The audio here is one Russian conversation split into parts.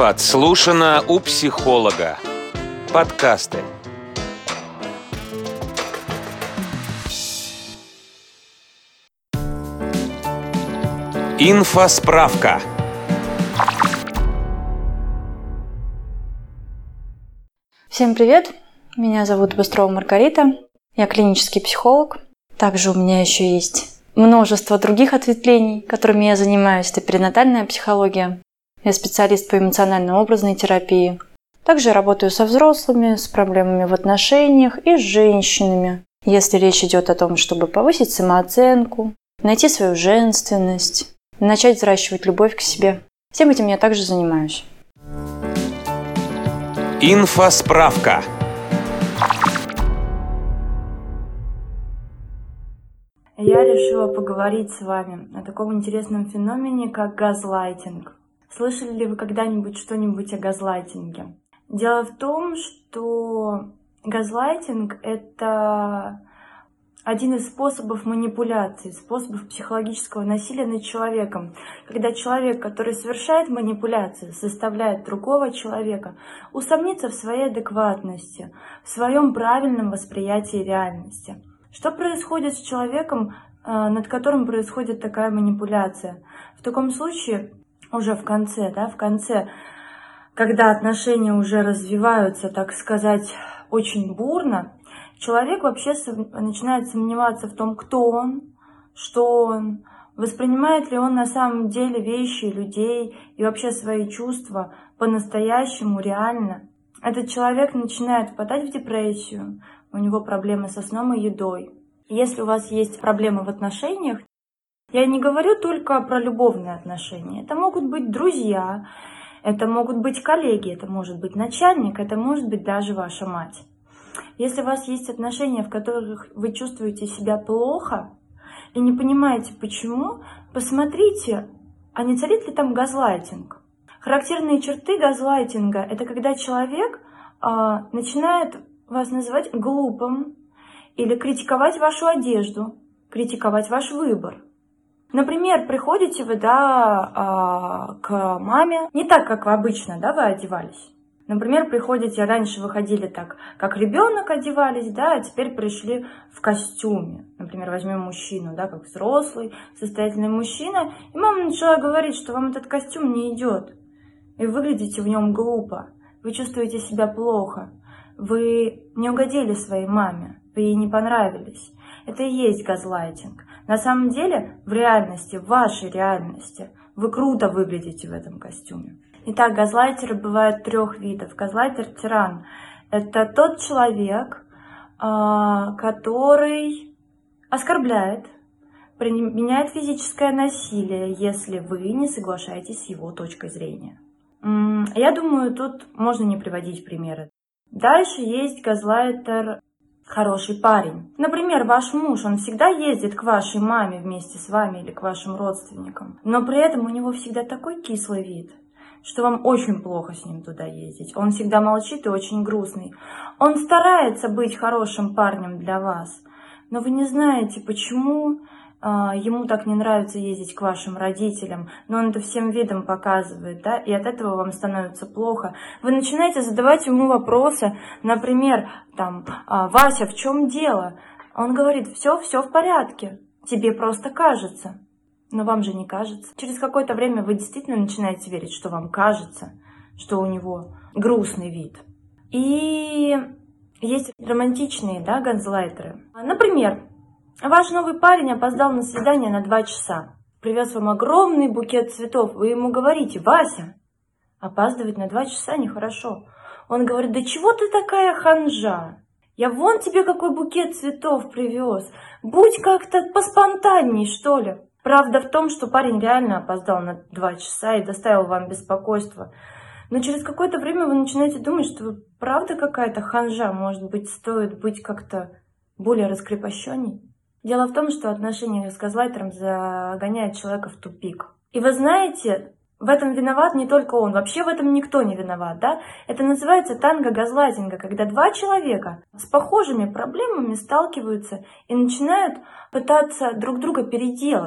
Подслушано у психолога. Подкасты. Инфосправка. Всем привет! Меня зовут Быстрова Маргарита. Я клинический психолог. Также у меня еще есть множество других ответвлений, которыми я занимаюсь. Это перинатальная психология. Я специалист по эмоционально-образной терапии. Также работаю со взрослыми, с проблемами в отношениях и с женщинами. Если речь идет о том, чтобы повысить самооценку, найти свою женственность, начать взращивать любовь к себе. Всем этим я также занимаюсь. Инфосправка. Я решила поговорить с вами о таком интересном феномене, как газлайтинг. Слышали ли вы когда-нибудь что-нибудь о газлайтинге? Дело в том, что газлайтинг – это один из способов манипуляции, способов психологического насилия над человеком. Когда человек, который совершает манипуляции, заставляет другого человека усомниться в своей адекватности, в своем правильном восприятии реальности. Что происходит с человеком, над которым происходит такая манипуляция? В таком случае, уже в конце, когда отношения уже развиваются, так сказать, очень бурно, человек вообще начинает сомневаться в том, кто он, что он, воспринимает ли он на самом деле вещи, людей и вообще свои чувства по-настоящему, реально. Этот человек начинает впадать в депрессию, у него проблемы со сном и едой. Если у вас есть проблемы в отношениях, я не говорю только про любовные отношения. Это могут быть друзья, это могут быть коллеги, это может быть начальник, это может быть даже ваша мать. Если у вас есть отношения, в которых вы чувствуете себя плохо и не понимаете почему, посмотрите, а не царит ли там газлайтинг. Характерные черты газлайтинга – это когда человек начинает вас называть глупым или критиковать вашу одежду, критиковать ваш выбор. Например, приходите вы к маме не так, как вы обычно вы одевались. Например, приходите, раньше вы ходили так, как ребенок одевались, а теперь пришли в костюме. Например, возьмем мужчину, как взрослый, состоятельный мужчина, и мама начала говорить, что вам этот костюм не идет, и вы выглядите в нем глупо, вы чувствуете себя плохо. Вы не угодили своей маме, вы ей не понравились. Это и есть газлайтинг. На самом деле, в реальности, в вашей реальности, вы круто выглядите в этом костюме. Итак, газлайтеры бывают 3 видов. Газлайтер-тиран – это тот человек, который оскорбляет, применяет физическое насилие, если вы не соглашаетесь с его точкой зрения. Я думаю, тут можно не приводить примеры. Дальше есть газлайтер хороший парень. Например, ваш муж, он всегда ездит к вашей маме вместе с вами или к вашим родственникам, но при этом у него всегда такой кислый вид, что вам очень плохо с ним туда ездить. Он всегда молчит и очень грустный. Он старается быть хорошим парнем для вас, но вы не знаете, почему ему так не нравится ездить к вашим родителям, но он это всем видом показывает, и от этого вам становится плохо. Вы начинаете задавать ему вопросы, например, «Вася, в чем дело?» Он говорит, все в порядке, тебе просто кажется. Но вам же не кажется. Через какое-то время вы действительно начинаете верить, что вам кажется, что у него грустный вид. И есть романтичные, газлайтеры. Например, ваш новый парень опоздал на свидание на 2 часа. Привез вам огромный букет цветов. Вы ему говорите, «Вася, опаздывать на 2 часа нехорошо». Он говорит, «Да чего ты такая ханжа? Я вон тебе какой букет цветов привез. Будь как-то поспонтанней, что ли». Правда в том, что парень реально опоздал на 2 часа и доставил вам беспокойство. Но через какое-то время вы начинаете думать, что вы правда какая-то ханжа. Может быть, стоит быть как-то более раскрепощенней. Дело в том, что отношения с газлайтером загоняют человека в тупик. И вы знаете, в этом виноват не только он, вообще в этом никто не виноват, Это называется танго газлайтинга, когда 2 человека с похожими проблемами сталкиваются и начинают пытаться друг друга переделать.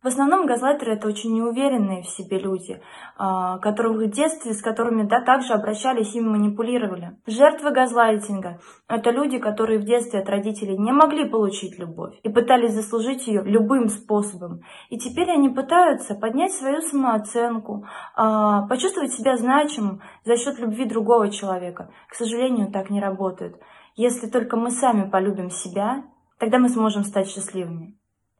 В основном газлайтеры — это очень неуверенные в себе люди, которых в детстве, с которыми также обращались и манипулировали. Жертвы газлайтинга — это люди, которые в детстве от родителей не могли получить любовь и пытались заслужить ее любым способом. И теперь они пытаются поднять свою самооценку, почувствовать себя значимым за счет любви другого человека. К сожалению, так не работает. Если только мы сами полюбим себя, тогда мы сможем стать счастливыми.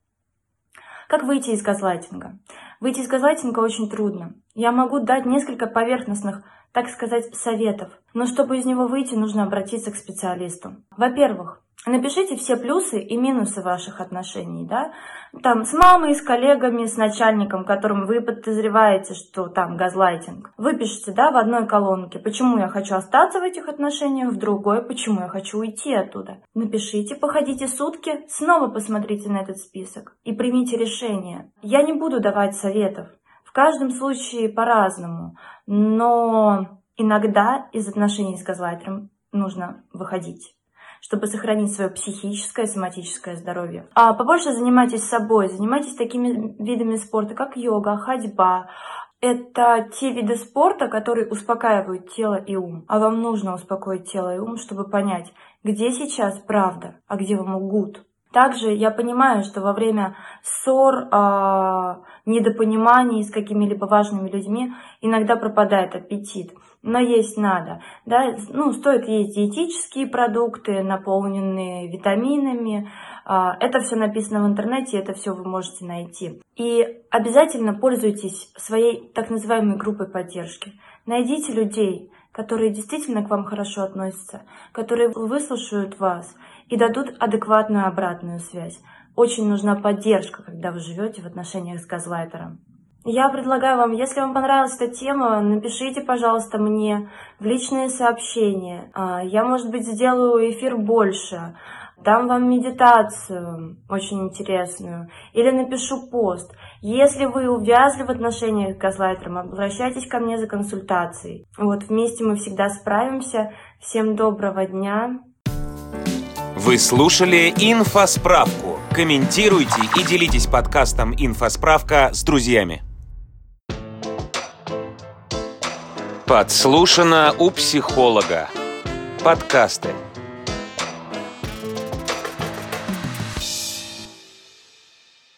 Как выйти из газлайтинга? Выйти из газлайтинга очень трудно. Я могу дать несколько поверхностных, так сказать, советов. Но чтобы из него выйти, нужно обратиться к специалисту. Во-первых, напишите все плюсы и минусы ваших отношений, да? Там с мамой, с коллегами, с начальником, которым вы подозреваете, что там газлайтинг. Выпишите, да, в одной колонке, почему я хочу остаться в этих отношениях, в другой, почему я хочу уйти оттуда. Напишите, походите сутки, снова посмотрите на этот список и примите решение. Я не буду давать советов. В каждом случае по-разному, но иногда из отношений с газлайтером нужно выходить, чтобы сохранить свое психическое, соматическое здоровье. Побольше занимайтесь собой, занимайтесь такими видами спорта, как йога, ходьба. Это те виды спорта, которые успокаивают тело и ум. А вам нужно успокоить тело и ум, чтобы понять, где сейчас правда, а где вам лгут. Также я понимаю, что во время ссор, недопониманий с какими-либо важными людьми иногда пропадает аппетит. Но есть надо. Да? Стоит есть диетические продукты, наполненные витаминами. Это все написано в интернете, это все вы можете найти. И обязательно пользуйтесь своей так называемой группой поддержки. Найдите людей, которые действительно к вам хорошо относятся, которые выслушают вас и дадут адекватную обратную связь. Очень нужна поддержка, когда вы живете в отношениях с газлайтером. Я предлагаю вам, если вам понравилась эта тема, напишите, пожалуйста, мне в личные сообщения. Я, может быть, сделаю эфир больше, дам вам медитацию очень интересную или напишу пост. Если вы увязли в отношениях с газлайтером, обращайтесь ко мне за консультацией. Вместе мы всегда справимся. Всем доброго дня. Вы слушали «Инфосправку». Комментируйте и делитесь подкастом «Инфосправка» с друзьями. Подслушано у психолога. Подкасты.